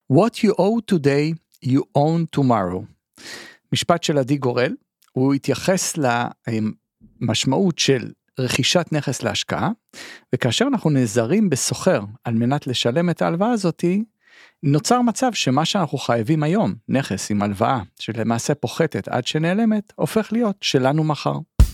What you owe today, you own tomorrow. משפט של עדי גורל, הוא התייחס למשמעות של רכישת נכס להשקעה, וכאשר אנחנו נעזרים בסוחר על מנת לשלם את ההלוואה הזאת, נוצר מצב שמה שאנחנו חייבים היום, נכס עם הלוואה, שלמעשה פוחתת עד שנעלמת, הופך להיות שלנו מחר.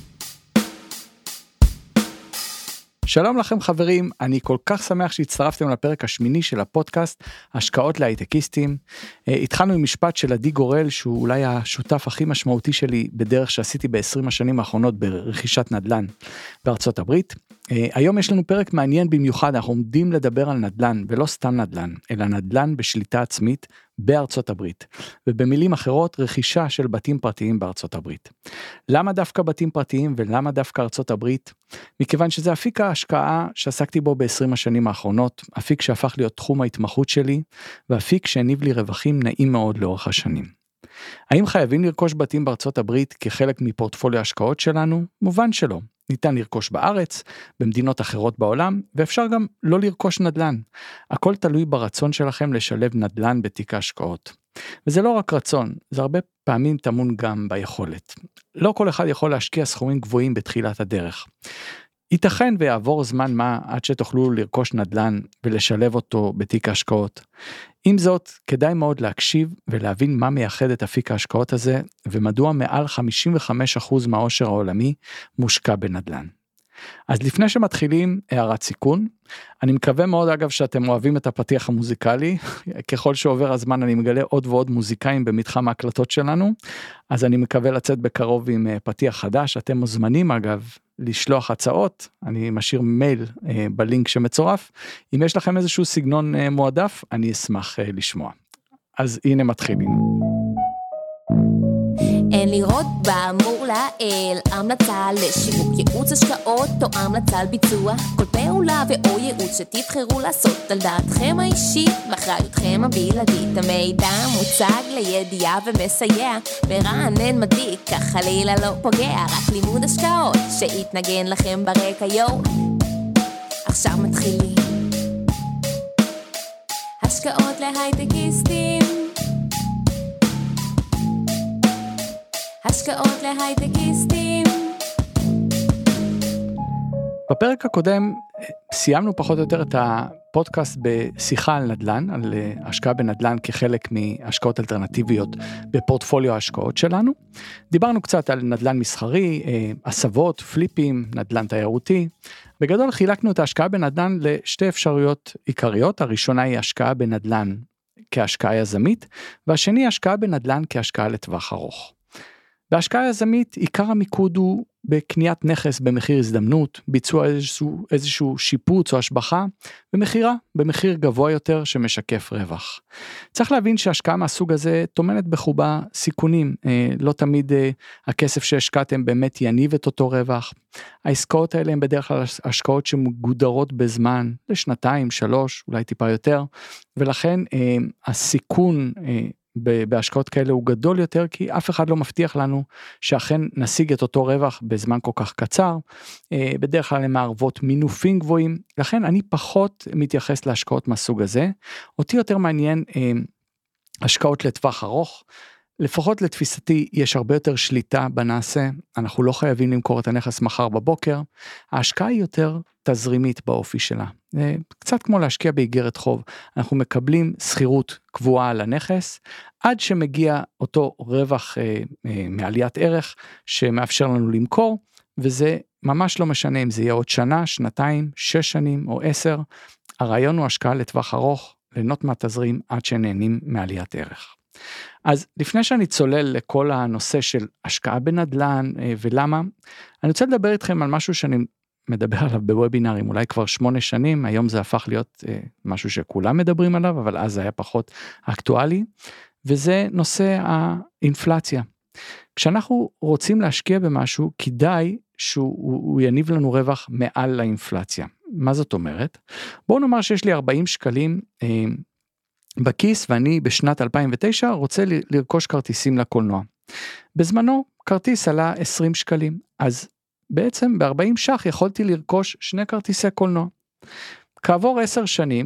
שלום לכם חברים, אני כל כך שמח שהצטרפתם לפרק השמיני של הפודקאסט, השקעות להייטקיסטים. התחלנו עם משפט של עדי גורל, שהוא אולי השותף הכי משמעותי שלי בדרך שעשיתי ב-20 השנים האחרונות ברכישת נדל"ן בארצות הברית. היום יש לנו פרק מעניין במיוחד, אנחנו עומדים לדבר על נדל"ן, ולא סתם נדל"ן, אלא נדל"ן בשליטה עצמית בארצות הברית, ובמילים אחרות רכישה של בתים פרטיים בארצות הברית. למה דווקא בתים פרטיים ולמה דווקא ארצות הברית? מכיוון שזה אפיק ההשקעה שעסקתי בו ב-20 השנים האחרונות, אפיק שהפך להיות תחום ההתמחות שלי, ואפיק שהניב לי רווחים נעים מאוד לאורך השנים. האם חייבים לרכוש בתים בארצות הברית כחלק מפורטפוליו ההשקעות שלנו? מובן שלא. ניתן לרכוש בארץ, במדינות אחרות בעולם, ואפשר גם לא לרכוש נדל"ן. הכל תלוי ברצון שלכם לשלב נדל"ן בתיק ההשקעות. וזה לא רק רצון, זה הרבה פעמים טמון גם ביכולת. לא כל אחד יכול להשקיע סכומים גבוהים בתחילת הדרך. ייתכן ויעבור זמן מה עד שתוכלו לרכוש נדל"ן ולשלב אותו בתיק ההשקעות. עם זאת, כדאי מאוד להקשיב ולהבין מה מייחד את אפיק ההשקעות הזה, ומדוע מעל 55% מהעושר העולמי מושקע בנדל"ן. אז לפני שמתחילים, הערת סיכון. אני מקווה מאוד אגב שאתם אוהבים את הפתיח המוזיקלי, ככל שעובר הזמן אני מגלה עוד ועוד מוזיקאים במתחם ההקלטות שלנו, אז אני מקווה לצאת בקרוב עם פתיח חדש. אתם מוזמנים אגב לשלוח הצעות, אני משאיר מייל בלינק שמצורף, אם יש לכם איזשהו סגנון מועדף, אני אשמח לשמוע. אז הנה מתחילים. אין לראות באמור לאל, המלצה לשיווק ייעוץ השקעות או המלצה על ביצוע כל פעולה ואו ייעוץ שתבחרו לעשות על דעתכם האישית ואחריותכם הבלעדית. המידע מוצג לידיעה ומסייע, מרענן מדיק, כך חלילה לא פוגע, רק לימוד השקעות שיתנגן לכם ברקע. יו, עכשיו מתחילים. השקעות להייטקיסטים, השקעות להייטקיסטים. בפרק הקודם סיימנו פחות או יותר את הפודקאסט בשיחה על נדל"ן, על השקעה בנדל"ן כחלק מהשקעות אלטרנטיביות בפורטפוליו ההשקעות שלנו. דיברנו קצת על נדל"ן מסחרי, הסבות, פליפים, נדל"ן תיירותי. בגדול חילקנו את ההשקעה בנדל"ן לשתי אפשרויות עיקריות. הראשונה היא השקעה בנדל"ן כהשקעה יזמית, והשני השקעה בנדל"ן כהשקעה לטווח ארוך. בהשקעה יזמית, עיקר המיקוד הוא בקניית נכס במחיר הזדמנות, ביצוע איזשהו שיפוץ או השבחה, ומחירה במחיר גבוה יותר שמשקף רווח. צריך להבין שהשקעה מהסוג הזה תומנת בחובה סיכונים, לא תמיד הכסף שהשקעתם באמת יניב את אותו רווח. העסקאות האלה הן בדרך כלל השקעות שמגודרות בזמן, לשנתיים, 3, אולי טיפה יותר, ולכן הסיכון בהשקעות כאלה הוא גדול יותר, כי אף אחד לא מבטיח לנו שאכן נשיג את אותו רווח בזמן כל כך קצר. בדרך כלל הן מערבות מינופים גבוהים, לכן אני פחות מתייחס להשקעות מהסוג הזה. אותי יותר מעניין השקעות לטווח ארוך. לפחות לתפיסתי יש הרבה יותר שליטה בנעשה, אנחנו לא חייבים למכור את הנכס מחר בבוקר, ההשקעה היא יותר תזרימית באופי שלה, קצת כמו להשקיע באיגרת חוב, אנחנו מקבלים שכירות קבועה על הנכס, עד שמגיע אותו רווח מעליית ערך, שמאפשר לנו למכור, וזה ממש לא משנה אם זה יהיה עוד שנה, שנתיים, 6 שנים או 10, הרעיון הוא השקעה לטווח ארוך, ליהנות מהתזרים עד שנהנים מעליית ערך. אז לפני שאני צולל לכל הנושא של השקעה בנדל"ן ולמה, אני רוצה לדבר איתכם על משהו שאני מדבר עליו בוובינרים, אולי כבר 8 שנים, היום זה הפך להיות משהו שכולם מדברים עליו, אבל אז זה היה פחות אקטואלי, וזה נושא האינפלציה. כשאנחנו רוצים להשקיע במשהו, כדאי שהוא יניב לנו רווח מעל האינפלציה. מה זאת אומרת? בואו נאמר שיש לי 40 שקלים בכיס, ואני בשנת 2009 רוצה לרכוש כרטיסים לקולנוע. בזמנו, כרטיס עלה 20 שקלים, אז בעצם ב-40 ש"ח יכולתי לרכוש 2 כרטיסי קולנוע. כעבור 10 שנים,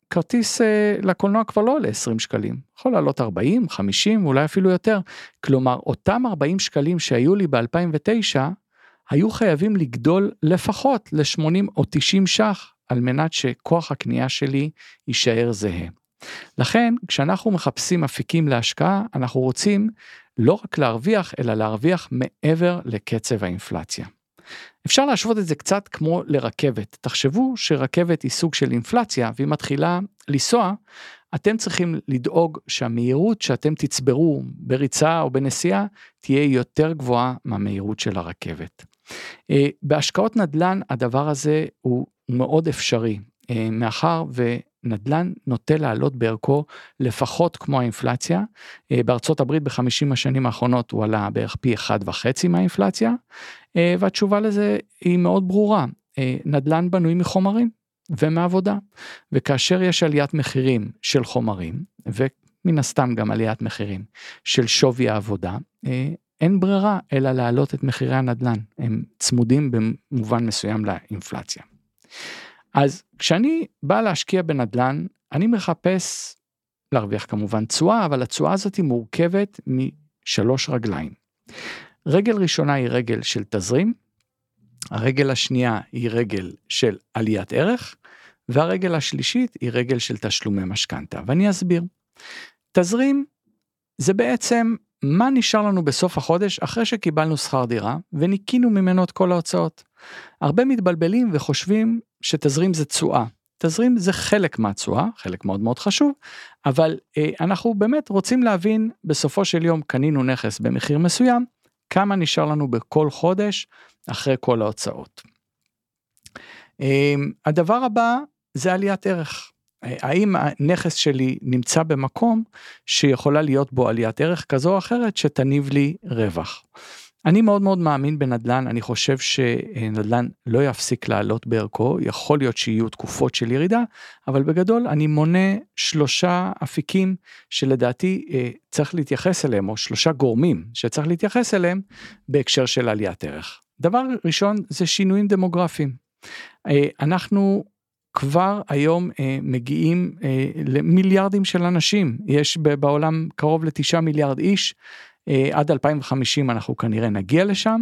כרטיס לקולנוע כבר לא עולה 20 שקלים, יכול לעלות 40, 50, אולי אפילו יותר, כלומר אותם 40 שקלים שהיו לי ב-2009, היו חייבים לגדול לפחות ל-80 או 90 ש"ח, על מנת שכוח הקנייה שלי יישאר זהה. לכן, כשאנחנו מחפשים אפיקים להשקעה, אנחנו רוצים לא רק להרוויח, אלא להרוויח מעבר לקצב האינפלציה. אפשר להשוות את זה קצת כמו לרכבת. תחשבו שרכבת היא סוג של אינפלציה, והיא מתחילה לנסוע, אתם צריכים לדאוג שהמהירות שאתם תצברו בריצה או בנסיעה, תהיה יותר גבוהה מהמהירות של הרכבת. בהשקעות נדל"ן הדבר הזה הוא מאוד אפשרי, מאחר ונדל"ן נוטה לעלות בערכו לפחות כמו האינפלציה, בארצות הברית ב-50 השנים האחרונות הוא עלה בערך פי 1.5 מהאינפלציה, והתשובה לזה היא מאוד ברורה, נדל"ן בנוי מחומרים ומעבודה, וכאשר יש עליית מחירים של חומרים, ומן הסתם גם עליית מחירים של שווי העבודה, אין ברירה אלא להעלות את מחירי הנדל"ן, הם צמודים במובן מסוים לאינפלציה. אז כשאני בא להשקיע בנדל"ן, אני מחפש להרוויח כמובן תשואה, אבל התשואה הזאת היא מורכבת משלוש רגליים. רגל ראשונה היא רגל של תזרים, הרגל השנייה היא רגל של עליית ערך, והרגל השלישית היא רגל של תשלומי משכנתא, ואני אסביר. תזרים זה בעצם מה נשאר לנו בסוף החודש אחרי שקיבלנו שכר דירה, וניקינו ממנו את כל ההוצאות. הרבה מתבלבלים וחושבים שתזרים זה תשואה. תזרים זה חלק מהתשואה, חלק מאוד מאוד חשוב, אבל אנחנו באמת רוצים להבין, בסופו של יום קנינו נכס במחיר מסוים, כמה נשאר לנו בכל חודש אחרי כל ההוצאות. הדבר הבא זה עליית ערך. האם הנכס שלי נמצא במקום שיכולה להיות בו עליית ערך כזו או אחרת שתניב לי רווח. אני מאוד מאוד מאמין בנדל"ן, אני חושב שנדל"ן לא יפסיק לעלות בערכו, יכול להיות שיהיו תקופות של ירידה, אבל בגדול אני מונה 3 אפיקים שלדעתי צריך להתייחס אליהם, או 3 גורמים שצריך להתייחס אליהם בהקשר של עליית ערך. דבר ראשון זה שינויים דמוגרפיים. אנחנו כבר היום מגיעים למיליארדים של אנשים, יש בעולם קרוב ל9 מיליארד איש, עד 2050 אנחנו כנראה נגיע לשם,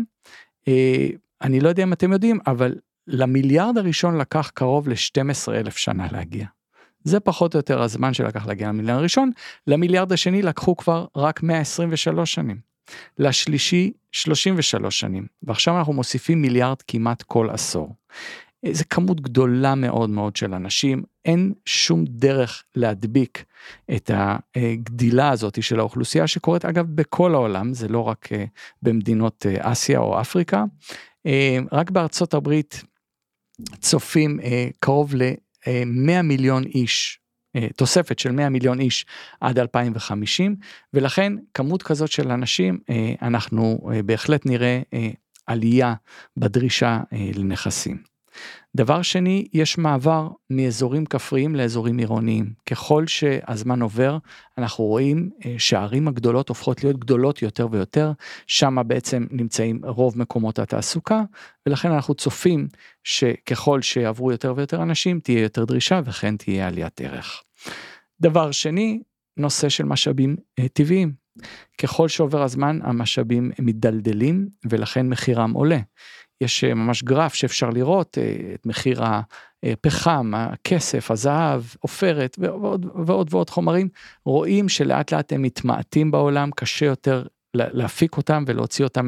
אני לא יודע אם אתם יודעים, אבל למיליארד הראשון לקח קרוב ל12,000 שנה להגיע, זה פחות או יותר הזמן שלקח להגיע למיליארד הראשון, למיליארד השני לקחו כבר רק 123 שנים, לשלישי 33 שנים, ועכשיו אנחנו מוסיפים מיליארד כמעט כל עשור, זה כמות גדולה מאוד מאוד של אנשים, אין שום דרך להדביק את הגדילה הזאת של האוכלוסייה שקורית אגב בכל העולם, זה לא רק במדינות אסיה או אפריקה, רק בארצות הברית צופים קרוב ל100 מיליון איש, תוספת של 100 מיליון איש עד 2050, ולכן כמות כזאת של אנשים אנחנו בהחלט נראה עלייה בדרישה לנכסים. דבר שני, יש מעבר מאזורים כפריים לאזורים עירוניים. ככל שהזמן עובר, אנחנו רואים שהערים הגדולות הופכות להיות גדולות יותר ויותר, שם בעצם נמצאים רוב מקומות התעסוקה, ולכן אנחנו צופים שככל שיעברו יותר ויותר אנשים, תהיה יותר דרישה וכן תהיה עליית ערך. דבר שני, נושא של משאבים טבעיים. ככל שעובר הזמן, המשאבים מתדלדלים, ולכן מחירם עולה. יש ממש גרף שאפשר לראות את מחיר הפחם, הכסף, הזהב, עופרת ועוד ועוד חומרים, רואים שלאט לאט הם מתמעטים בעולם, קשה יותר להפיק אותם ולהוציא אותם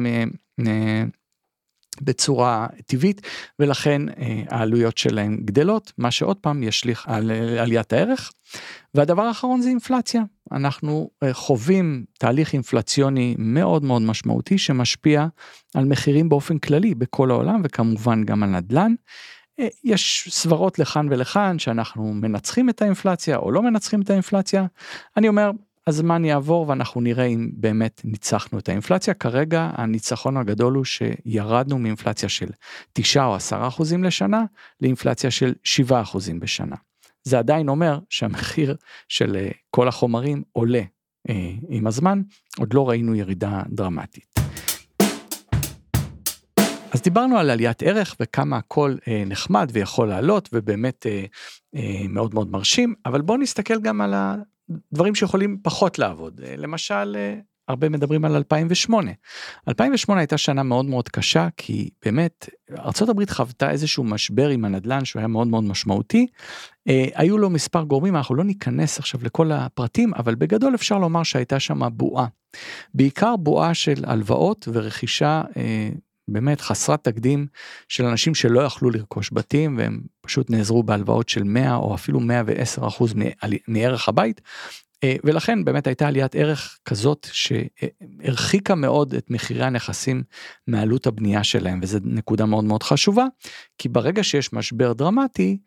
בצורה טבעית, ולכן העלויות שלהם גדלות, מה שעוד פעם ישליך על עליית הערך. והדבר האחרון זה אינפלציה, אנחנו חווים תהליך אינפלציוני מאוד מאוד משמעותי, שמשפיע על מחירים באופן כללי בכל העולם, וכמובן גם על נדל"ן. יש סברות לכאן ולכאן, שאנחנו מנצחים את האינפלציה, או לא מנצחים את האינפלציה. אני אומר, הזמן יעבור ואנחנו נראה אם באמת ניצחנו את האינפלציה. כרגע הניצחון הגדול הוא שירדנו מאינפלציה של 9 או 10% לשנה, לאינפלציה של 7% בשנה. זה עדיין אומר שהמחיר של כל החומרים עולה עם הזמן, עוד לא ראינו ירידה דרמטית. אז דיברנו על עליית ערך וכמה הכל נחמד ויכול לעלות ובאמת מאוד מאוד מרשים, אבל בואו נסתכל גם על הדברים שיכולים פחות לעבוד. למשל, הרבה מדברים על 2008. 2008 הייתה שנה מאוד מאוד קשה, כי באמת ארצות הברית חוותה איזשהו משבר עם הנדל"ן שהוא היה מאוד מאוד משמעותי. היו לו מספר גורמים, אנחנו לא ניכנס עכשיו לכל הפרטים, אבל בגדול אפשר לומר שהייתה שם בועה. בעיקר בועה של הלוואות ורכישה באמת חסרת תקדים של אנשים שלא יכלו לרכוש בתים, והם פשוט נעזרו בהלוואות של 100 או אפילו 110% מערך הבית, ולכן באמת הייתה עליית ערך כזאת שהרחיקה מאוד את מחירי הנכסים מעלות הבנייה שלהם, וזו נקודה מאוד מאוד חשובה, כי ברגע שיש משבר דרמטי,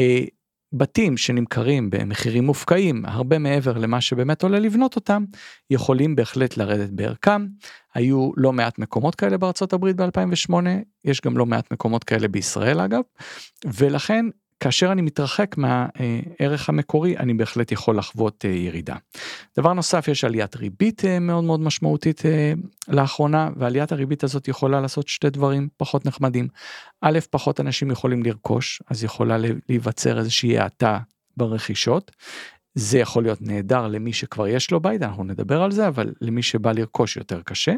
בתים שנמכרים במחירים מופקעים, הרבה מעבר למה שבאמת עולה לבנות אותם, יכולים בהחלט לרדת בערכם. היו לא מעט מקומות כאלה בארצות הברית ב-2008, יש גם לא מעט מקומות כאלה בישראל אגב, ולכן כאשר אני מתרחק מהערך המקורי, אני בהחלט יכול לחוות ירידה. דבר נוסף, יש עליית ריבית מאוד מאוד משמעותית לאחרונה, ועליית הריבית הזאת יכולה לעשות שתי דברים פחות נחמדים. א', פחות אנשים יכולים לרכוש, אז יכולה להיווצר איזושהי האטה ברכישות. זה יכול להיות נהדר למי שכבר יש לו בית, אנחנו נדבר על זה, אבל למי שבא לרכוש יותר קשה.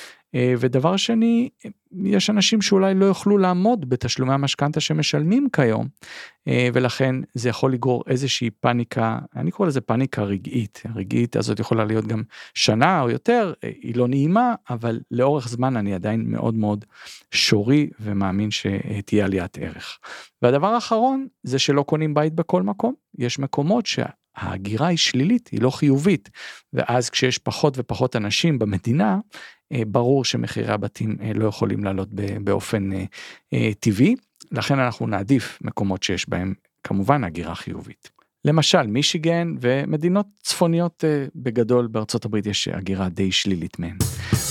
ודבר שני, יש אנשים שאולי לא יוכלו לעמוד בתשלומי המשכנתא שמשלמים כיום, ולכן זה יכול לגרור איזושהי פאניקה, אני קורא לזה פאניקה רגעית, הרגעית הזאת יכולה להיות גם שנה או יותר, היא לא נעימה, אבל לאורך זמן אני עדיין מאוד מאוד שורי, ומאמין שתהיה עליית ערך. והדבר האחרון, זה שלא קונים בית בכל מקום, יש מקומות ההגירה היא שלילית, היא לא חיובית, ואז כשיש פחות ופחות אנשים במדינה, ברור שמחירי הבתים לא יכולים לעלות באופן טבעי, לכן אנחנו נעדיף מקומות שיש בהם כמובן הגירה חיובית. למשל מישיגן ומדינות צפוניות בגדול בארצות הברית יש הגירה די שלילית מהן.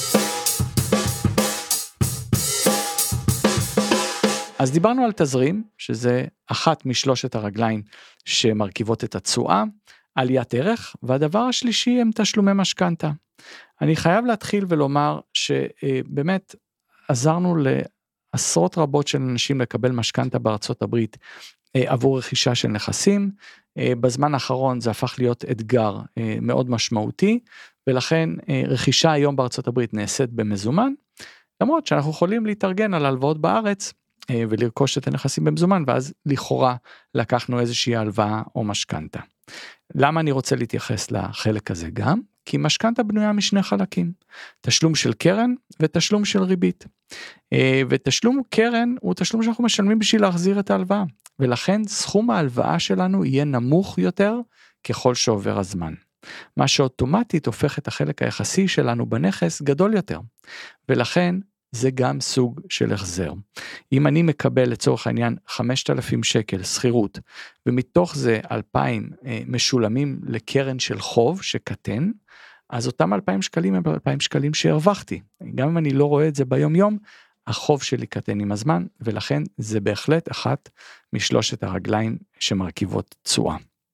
אז דיברנו על תזרים, שזה אחת משלושת הרגליים שמרכיבות את התשואה, עליית ערך, והדבר השלישי הם תשלומי משכנתא. אני חייב להתחיל ולומר שבאמת עזרנו לעשרות רבות של אנשים לקבל משכנתא בארצות הברית עבור רכישה של נכסים, בזמן האחרון זה הפך להיות אתגר מאוד משמעותי, ולכן רכישה היום בארצות הברית נעשית במזומן, למרות שאנחנו יכולים להתארגן על הלוואות בארץ, ולרכוש את הנכסים במזומן, ואז לכאורה לקחנו איזושהי הלוואה או משכנתא. למה אני רוצה להתייחס לחלק הזה גם? כי משכנתא בנויה משני חלקים, תשלום של קרן ותשלום של ריבית. ותשלום קרן הוא תשלום שאנחנו משלמים בשביל להחזיר את ההלוואה, ולכן סכום ההלוואה שלנו יהיה נמוך יותר ככל שעובר הזמן. מה שאוטומטית הופך את החלק היחסי שלנו בנכס גדול יותר, ולכן זה גם סוג של החזר. אם אני מקבל לצורך העניין 5,000 שקל שכירות, ומתוך זה 2,000 משולמים לקרן של חוב שקטן, אז אותם 2,000 שקלים הם 2,000 שקלים שהרווחתי. גם אם אני לא רואה את זה ביום יום, החוב שלי קטן עם הזמן, ולכן זה בהחלט אחת משלושת הרגליים שמרכיבות תשואה.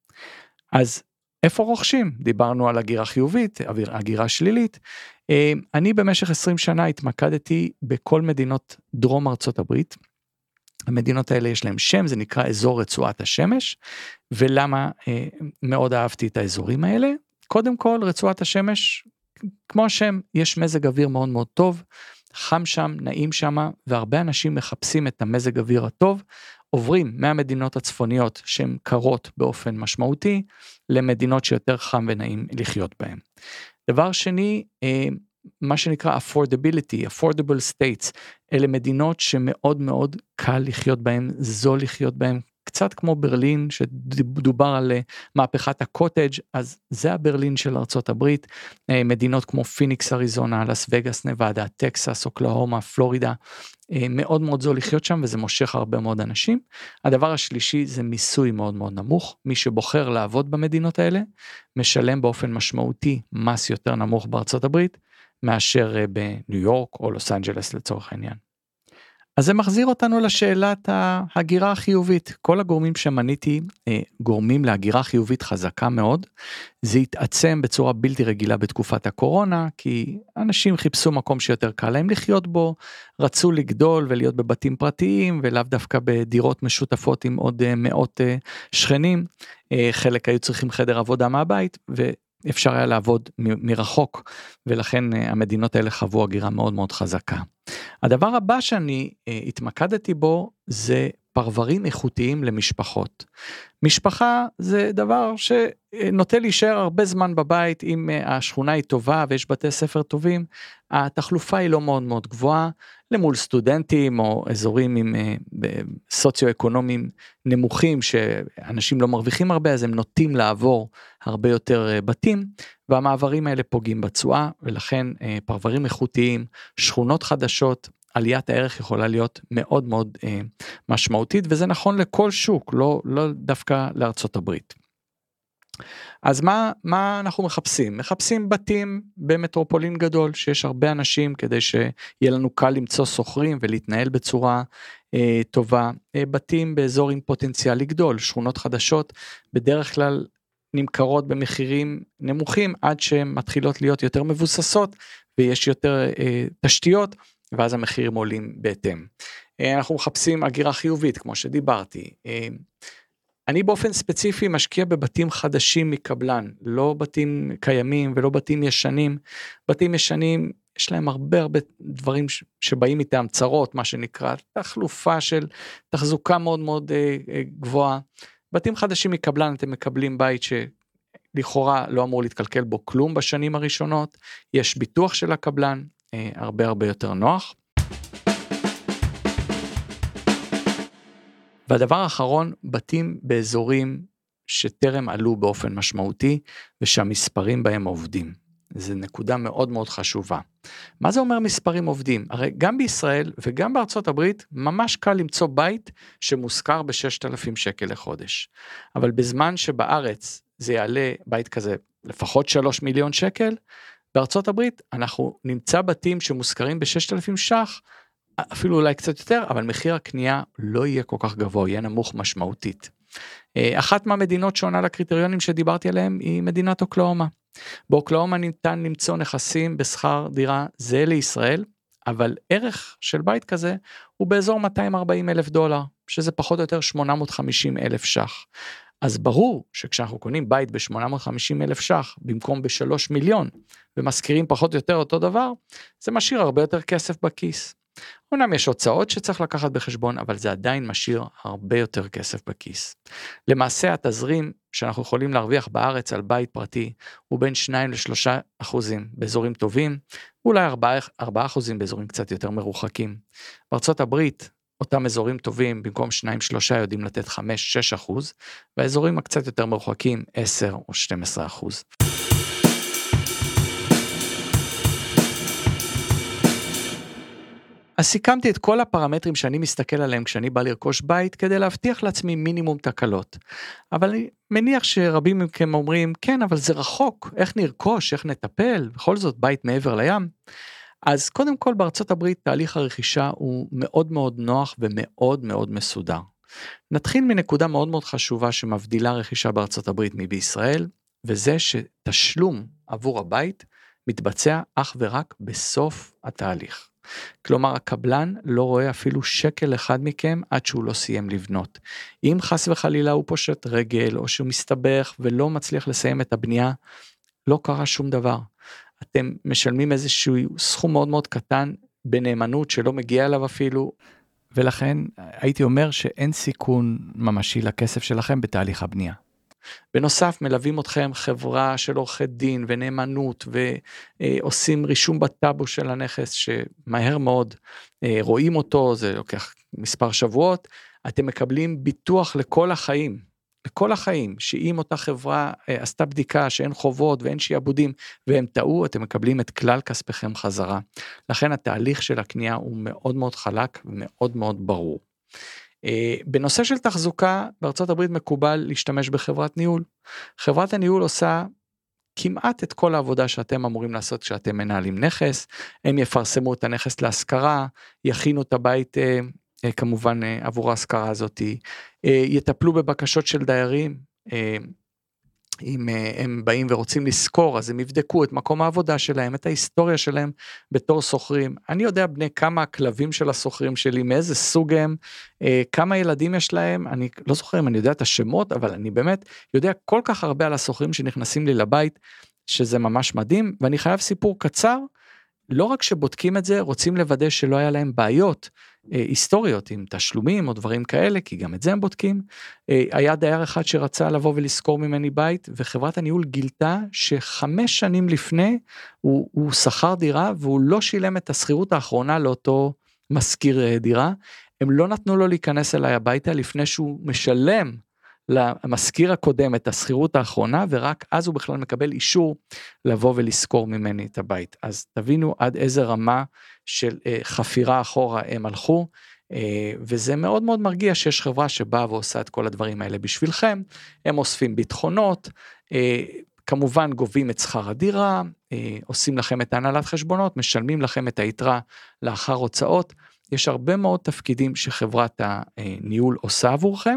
אז איפה רוכשים? דיברנו על הגירה חיובית, הגירה שלילית. אני במשך 20 שנה התמקדתי בכל מדינות דרום ארצות הברית. המדינות האלה יש להם שם, זה נקרא אזור רצועת השמש, ולמה מאוד אהבתי את האזורים האלה? קודם כל, רצועת השמש, כמו השם, יש מזג אוויר מאוד מאוד טוב, חם שם, נעים שם, והרבה אנשים מחפשים את המזג אוויר הטוב, עוברים מהמדינות הצפוניות שהן קרות באופן משמעותי, למדינות שיותר חם ונעים לחיות בהן. דבר שני, מה שנקרא affordable states, אלה מדינות שמאוד מאוד קל לחיות בהן, זול לחיות בהן, קצת כמו ברלין, שדובר על מהפכת הקוטג', אז זה הברלין של ארצות הברית, מדינות כמו פיניקס, אריזונה, לס וגאס, נבדה, טקסס, אוקלהומה, פלורידה, מאוד מאוד זול לחיות שם, וזה מושך הרבה מאוד אנשים. הדבר השלישי זה מיסוי מאוד מאוד נמוך, מי שבוחר לעבוד במדינות האלה, משלם באופן משמעותי מס יותר נמוך בארצות הברית, מאשר בניו יורק או לוס אנג'לס לצורך העניין. אז זה מחזיר אותנו לשאלת ההגירה החיובית. כל הגורמים שמניתי גורמים להגירה חיובית חזקה מאוד. זה התעצם בצורה בלתי רגילה בתקופת הקורונה, כי אנשים חיפשו מקום שיותר קל להם לחיות בו, רצו לגדול ולהיות בבתים פרטיים, ולאו דווקא בדירות משותפות עם עוד מאות שכנים. חלק היו צריכים חדר עבודה מהבית, ואפשר היה לעבוד מרחוק, ולכן המדינות האלה חוו הגירה מאוד מאוד חזקה. הדבר הבא שאני התמקדתי בו זה פרברים איכותיים למשפחות. משפחה זה דבר שנוטה להישאר הרבה זמן בבית, אם השכונה היא טובה ויש בתי ספר טובים, התחלופה היא לא מאוד מאוד גבוהה, למול סטודנטים או אזורים עם סוציו-אקונומיים נמוכים, שאנשים לא מרוויחים הרבה, אז הם נוטים לעבור הרבה יותר בתים, והמעברים האלה פוגעים בתשואה, ולכן פרברים איכותיים, שכונות חדשות, עליית הערך יכולה להיות מאוד מאוד משמעותית, וזה נכון לכל שוק, לא דווקא לארצות הברית. אז מה אנחנו מחפשים? מחפשים בתים במטרופולין גדול, שיש הרבה אנשים כדי שיהיה לנו קל למצוא סוחרים ולהתנהל בצורה טובה. בתים באזור עם פוטנציאל לגדול, שכונות חדשות, בדרך כלל נמכרות במחירים נמוכים, עד שהן מתחילות להיות יותר מבוססות, ויש יותר תשתיות, ואז המחירים עולים בהתאם. אנחנו מחפשים הגירה חיובית, כמו שדיברתי. אני באופן ספציפי משקיע בבתים חדשים מקבלן, לא בתים קיימים ולא בתים ישנים. בתים ישנים, יש להם הרבה דברים שבאים איתם, צרות, מה שנקרא, תחלופה של תחזוקה מאוד מאוד גבוהה. בתים חדשים מקבלן, אתם מקבלים בית שלכאורה לא אמור להתקלקל בו כלום בשנים הראשונות, יש ביטוח של הקבלן, הרבה יותר נוח. והדבר האחרון, בתים באזורים שטרם עלו באופן משמעותי, ושהמספרים בהם עובדים. זו נקודה מאוד מאוד חשובה. מה זה אומר מספרים עובדים? הרי גם בישראל וגם בארצות הברית, ממש קל למצוא בית שמושכר ב-6,000 שקל לחודש. אבל בזמן שבארץ זה יעלה בית כזה לפחות 3 מיליון שקל, בארצות הברית אנחנו נמצא בתים שמושכרים ב-6,000 ש"ח, אפילו אולי קצת יותר, אבל מחיר הקנייה לא יהיה כל כך גבוה, יהיה נמוך משמעותית. אחת מהמדינות שעונה לקריטריונים שדיברתי עליהם היא מדינת אוקלהומה. באוקלהומה ניתן למצוא נכסים בשכר דירה זה לישראל, אבל ערך של בית כזה הוא באזור $240,000, שזה פחות או יותר 850,000 ש"ח. אז ברור שכשאנחנו קונים בית ב-850,000 ש"ח, במקום ב-3 מיליון, ומזכירים פחות או יותר אותו דבר, זה משאיר הרבה יותר כסף בכיס. אומנם יש הוצאות שצריך לקחת בחשבון, אבל זה עדיין משאיר הרבה יותר כסף בכיס. למעשה התזרים שאנחנו יכולים להרוויח בארץ על בית פרטי, הוא בין 2-3% באזורים טובים, אולי 4% באזורים קצת יותר מרוחקים. בארצות הברית, אותם אזורים טובים, במקום 2-3 יודעים לתת 5-6%, והאזורים הקצת יותר מרוחקים 10 או 12%. אז סיכמתי את כל הפרמטרים שאני מסתכל עליהם כשאני בא לרכוש בית, כדי להבטיח לעצמי מינימום תקלות. אבל אני מניח שרבים מכם אומרים, כן, אבל זה רחוק, איך נרכוש, איך נטפל, בכל זאת בית מעבר לים. אז קודם כל בארצות הברית תהליך הרכישה הוא מאוד מאוד נוח ומאוד מאוד מסודר. נתחיל מנקודה מאוד מאוד חשובה שמבדילה רכישה בארצות הברית מבישראל, וזה שתשלום עבור הבית מתבצע אך ורק בסוף התהליך. כלומר הקבלן לא רואה אפילו שקל אחד מכם עד שהוא לא סיים לבנות. אם חס וחלילה הוא פושט רגל או שהוא מסתבך ולא מצליח לסיים את הבנייה, לא קרה שום דבר. אתם משלמים איזשהו סכום מאוד מאוד קטן בנאמנות שלא מגיע אליו אפילו, ולכן הייתי אומר שאין סיכון ממשי לכסף שלכם בתהליך הבנייה. בנוסף מלווים אתכם חברה של עורכי דין ונאמנות ועושים רישום בטאבו של הנכס שמהר מאוד רואים אותו, זה לוקח מספר שבועות, אתם מקבלים ביטוח לכל החיים, שאם אותה חברה עשתה בדיקה שאין חובות ואין שיעבודים והם טעו, אתם מקבלים את כלל כספכם חזרה. לכן התהליך של הקנייה הוא מאוד מאוד חלק ומאוד מאוד ברור. בנושא של תחזוקה, בארצות הברית מקובל להשתמש בחברת ניהול. חברת הניהול עושה כמעט את כל העבודה שאתם אמורים לעשות כשאתם מנהלים נכס, הם יפרסמו את הנכס להשכרה, יכינו את הבית כמובן עבור ההשכרה הזאת, יטפלו בבקשות של דיירים, אם הם באים ורוצים לזכור, אז הם יבדקו את מקום העבודה שלהם, את ההיסטוריה שלהם בתור סוחרים. אני יודע בני כמה הכלבים של הסוחרים שלי, מאיזה סוג הם, כמה ילדים יש להם, אני לא זוכר אם אני יודע את השמות, אבל אני באמת יודע כל כך הרבה על הסוחרים שנכנסים לי לבית, שזה ממש מדהים, ואני חייב סיפור קצר, לא רק שבודקים את זה, רוצים לוודא שלא היה להם בעיות היסטוריות עם תשלומים או דברים כאלה, כי גם את זה הם בודקים. היה דייר אחד שרצה לבוא ולזכור ממני בית, וחברת הניהול גילתה ש5 שנים לפני הוא שכר דירה, והוא לא שילם את השכירות האחרונה לאותו מזכיר דירה. הם לא נתנו לו להיכנס אליי הביתה לפני שהוא משלם למזכיר הקודם את השכירות האחרונה, ורק אז הוא בכלל מקבל אישור לבוא ולזכור ממני את הבית. אז תבינו עד איזה רמה של חפירה אחורה הם הלכו, וזה מאוד מאוד מרגיע שיש חברה שבאה ועושה את כל הדברים האלה בשבילכם, הם אוספים ביטחונות, כמובן גובים את שכר הדירה, עושים לכם את הנהלת חשבונות, משלמים לכם את היתרה לאחר הוצאות, יש הרבה מאוד תפקידים שחברת הניהול עושה עבורכם,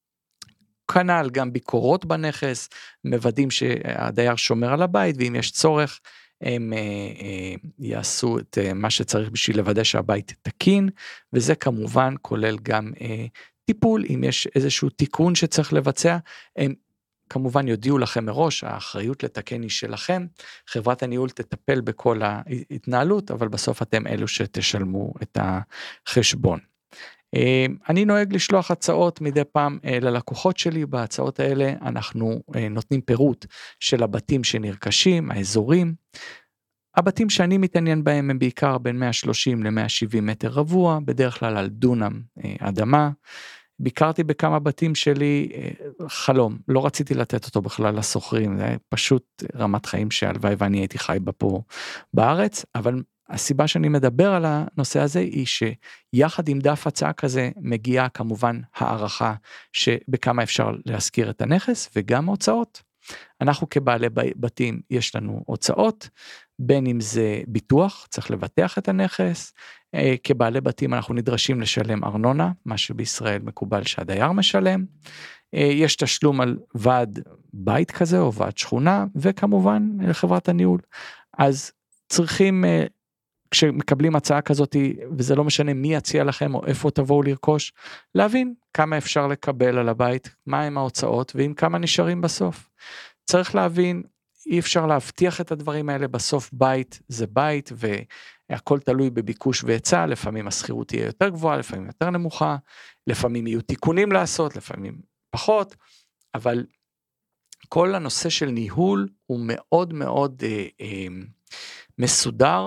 כנ"ל גם ביקורות בנכס, מוודאים שהדייר שומר על הבית, ואם יש צורך, הם יעשו את מה שצריך בשביל לוודא שהבית תקין, וזה כמובן כולל גם טיפול, אם יש איזשהו תיקון שצריך לבצע, הם כמובן יודיעו לכם מראש, האחריות לתקן היא שלכם, חברת הניהול תטפל בכל ההתנהלות, אבל בסוף אתם אלו שתשלמו את החשבון. אני נוהג לשלוח הצעות מדי פעם ללקוחות שלי, בהצעות האלה אנחנו נותנים פירוט של הבתים שנרכשים, האזורים, הבתים שאני מתעניין בהם הם בעיקר בין 130 ל-170 מטר רבוע, בדרך כלל על דונם אדמה, ביקרתי בכמה בתים שלי, חלום, לא רציתי לתת אותו בכלל לסוחרים, זה פשוט רמת חיים שהלוואי ואני הייתי חי בה פה בארץ, אבל הסיבה שאני מדבר על הנושא הזה היא שיחד עם דף הצעה כזה מגיעה כמובן הערכה שבכמה אפשר להשכיר את הנכס וגם הוצאות. אנחנו כבעלי בתים יש לנו הוצאות, בין אם זה ביטוח, צריך לבטח את הנכס, כבעלי בתים אנחנו נדרשים לשלם ארנונה, מה שבישראל מקובל שהדייר משלם, יש תשלום על ועד בית כזה או ועד שכונה, וכמובן חברת הניהול. אז צריכים כשמקבלים הצעה כזאת, וזה לא משנה מי יציע לכם או איפה תבואו לרכוש, להבין כמה אפשר לקבל על הבית, מה הם ההוצאות, ועם כמה נשארים בסוף. צריך להבין, אי אפשר להבטיח את הדברים האלה, בסוף בית זה בית, והכל תלוי בביקוש והיצע, לפעמים השכירות תהיה יותר גבוהה, לפעמים יותר נמוכה, לפעמים יהיו תיקונים לעשות, לפעמים פחות, אבל כל הנושא של ניהול הוא מאוד מאוד מסודר,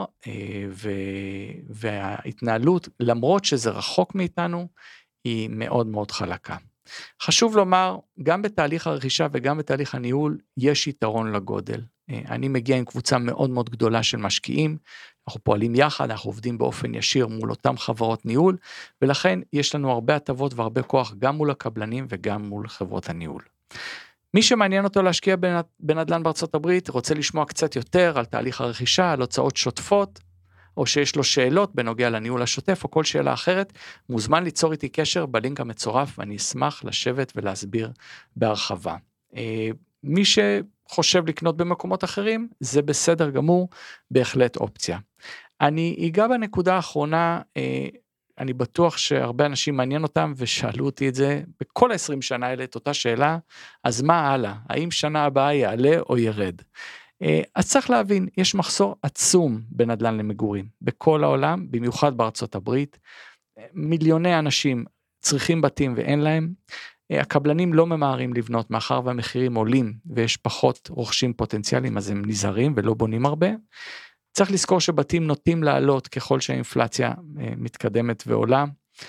וההתנהלות, למרות שזה רחוק מאיתנו, היא מאוד מאוד חלקה. חשוב לומר, גם בתהליך הרכישה וגם בתהליך הניהול, יש יתרון לגודל. אני מגיע עם קבוצה מאוד מאוד גדולה של משקיעים, אנחנו פועלים יחד, אנחנו עובדים באופן ישיר מול אותם חברות ניהול, ולכן יש לנו הרבה הטבות והרבה כוח גם מול הקבלנים וגם מול חברות הניהול. מי שמעניין אותו להשקיע בנדל"ן בארצות הברית, רוצה לשמוע קצת יותר על תהליך הרכישה, על הוצאות שוטפות, או שיש לו שאלות בנוגע לניהול השוטף, או כל שאלה אחרת, מוזמן ליצור איתי קשר בלינק המצורף, ואני אשמח לשבת ולהסביר בהרחבה. מי שחושב לקנות במקומות אחרים, זה בסדר גמור, בהחלט אופציה. אני אגע בנקודה האחרונה, אני בטוח שהרבה אנשים מעניין אותם, ושאלו אותי את זה בכל 20 שנה האלה, את אותה שאלה, אז מה הלאה? האם שנה הבאה יעלה או ירד? אז צריך להבין, יש מחסור עצום בנדל"ן למגורים, בכל העולם, במיוחד בארצות הברית, מיליוני אנשים צריכים בתים ואין להם, הקבלנים לא ממהרים לבנות, מאחר והמחירים עולים, ויש פחות רוכשים פוטנציאליים, אז הם נזהרים ולא בונים הרבה, צריך לזכור שבתים נוטים לעלות ככל שהאינפלציה מתקדמת ועולה,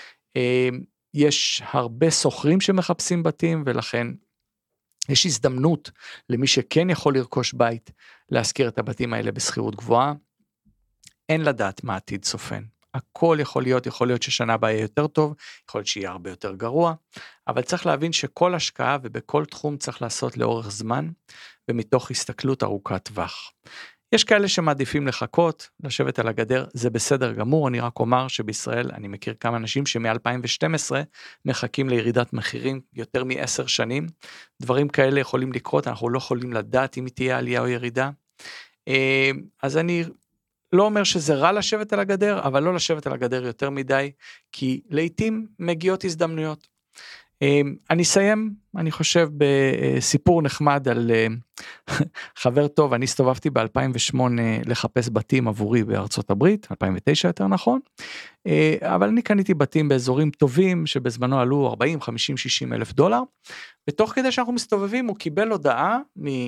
יש הרבה סוחרים שמחפשים בתים, ולכן יש הזדמנות למי שכן יכול לרכוש בית, להשכיר את הבתים האלה בסחירות גבוהה, אין לדעת מה עתיד צופן, הכל יכול להיות ששנה הבאה יהיה יותר טוב, יכול להיות שיהיה הרבה יותר גרוע, אבל צריך להבין שכל השקעה ובכל תחום צריך לעשות לאורך זמן, ומתוך הסתכלות ארוכת טווח. יש כאלה שמעדיפים לחכות, לשבת על הגדר, זה בסדר גמור, אני רק אומר שבישראל אני מכיר כמה אנשים שמ-2012 מחכים לירידת מחירים יותר מ10 שנים, דברים כאלה יכולים לקרות, אנחנו לא יכולים לדעת אם היא תהיה עלייה או ירידה, אז אני לא אומר שזה רע לשבת על הגדר, אבל לא לשבת על הגדר יותר מדי, כי לעתים מגיעות הזדמנויות. אני אסיים, אני חושב, בסיפור נחמד על חבר טוב, אני הסתובבתי ב-2008 לחפש בתים עבורי בארצות הברית, 2009 יותר נכון, אבל אני קניתי בתים באזורים טובים, שבזמנו עלו 40, 50, 60 אלף דולר, ותוך כדי שאנחנו מסתובבים, הוא קיבל הודעה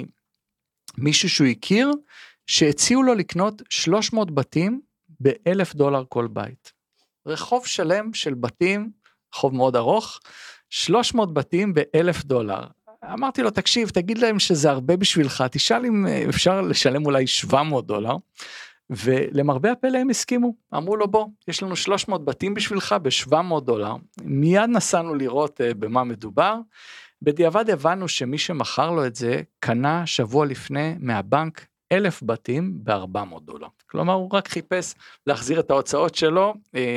ממישהו שהוא הכיר, שהציעו לו לקנות 300 בתים ב$1,000 כל בית. רחוב שלם של בתים, רחוב מאוד ארוך, 300 בתים ב$1,000. אמרתי לו, תקשיב, תגיד להם שזה הרבה בשבילך, תשאל אם אפשר לשלם אולי $700, ולמרבה הפלא הם הסכימו, אמרו לו בוא, יש לנו 300 בתים בשבילך ב$700, מיד נסענו לראות במה מדובר, בדיעבד הבנו שמי שמכר לו את זה, קנה שבוע לפני מהבנק 1,000 בתים ב$400, כלומר הוא רק חיפש להחזיר את ההוצאות שלו,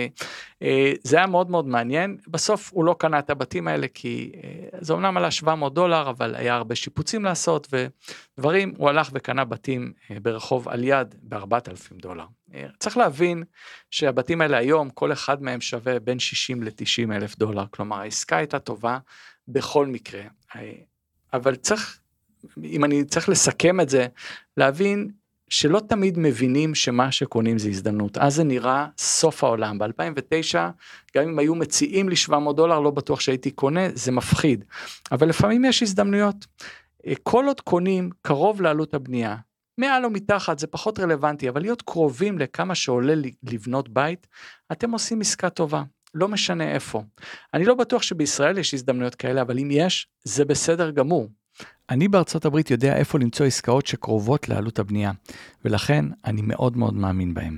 זה היה מאוד מאוד מעניין, בסוף הוא לא קנה את הבתים האלה, כי זה אומנם עלה $700, אבל היה הרבה שיפוצים לעשות, ודברים, הוא הלך וקנה בתים ברחוב על יד ב$4,000. צריך להבין שהבתים האלה היום, כל אחד מהם שווה בין 60 ל-90 אלף דולר, כלומר העסקה הייתה טובה בכל מקרה, אבל אם אני צריך לסכם את זה, להבין שלא תמיד מבינים שמה שקונים זה הזדמנות, אז זה נראה סוף העולם, ב-2009, גם אם היו מציעים לי $700, לא בטוח שהייתי קונה, זה מפחיד, אבל לפעמים יש הזדמנויות, כל עוד קונים קרוב לעלות הבנייה, מעל או מתחת זה פחות רלוונטי, אבל להיות קרובים לכמה שעולה לבנות בית, אתם עושים עסקה טובה, לא משנה איפה, אני לא בטוח שבישראל יש הזדמנויות כאלה, אבל אם יש, זה בסדר גמור, אני בארצות הברית יודע איפה למצוא עסקאות שקרובות לעלות הבנייה, ולכן אני מאוד מאוד מאמין בהם.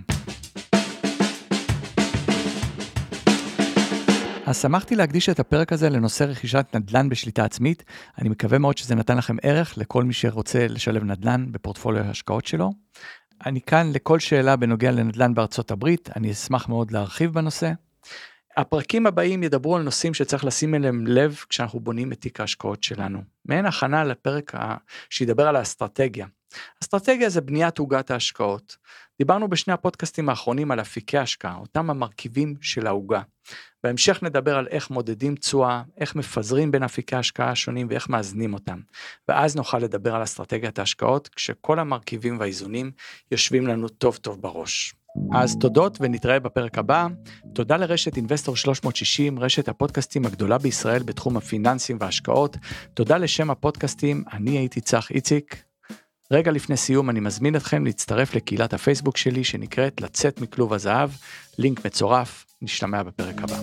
אז שמחתי להקדיש את הפרק הזה לנושא רכישת נדל"ן בשליטה עצמית, אני מקווה מאוד שזה נתן לכם ערך לכל מי שרוצה לשלב נדל"ן בפורטפוליו ההשקעות שלו. אני כאן לכל שאלה בנוגע לנדל"ן בארצות הברית, אני אשמח מאוד להרחיב בנושא. הפרקים הבאים ידברו על נושאים שצריך לשים אליהם לב כשאנחנו בונים את תיק ההשקעות שלנו. מעין הכנה לפרק שידבר על האסטרטגיה. אסטרטגיה זה בניית עוגת ההשקעות. דיברנו בשני הפודקאסטים האחרונים על אפיקי ההשקעה, אותם המרכיבים של העוגה. בהמשך נדבר על איך מודדים תשואה, איך מפזרים בין אפיקי ההשקעה השונים ואיך מאזנים אותם. ואז נוכל לדבר על אסטרטגיית ההשקעות כשכל המרכיבים והאיזונים יושבים לנו טוב טוב בראש. אז תודות ונתראה בפרק הבא. תודה לרשת אינבסטור 360, רשת הפודקאסטים הגדולה בישראל בתחום הפיננסים וההשקעות. תודה לשם הפודקאסטים, אני הייתי צח איציק. רגע לפני סיום אני מזמין אתכם להצטרף לקהילת הפייסבוק שלי שנקראת לצאת מכלוב הזהב, לינק מצורף, נשתמע בפרק הבא.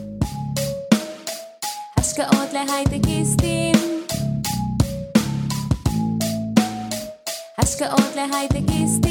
השקעות להייטקיסטים, השקעות להייטקיסטים.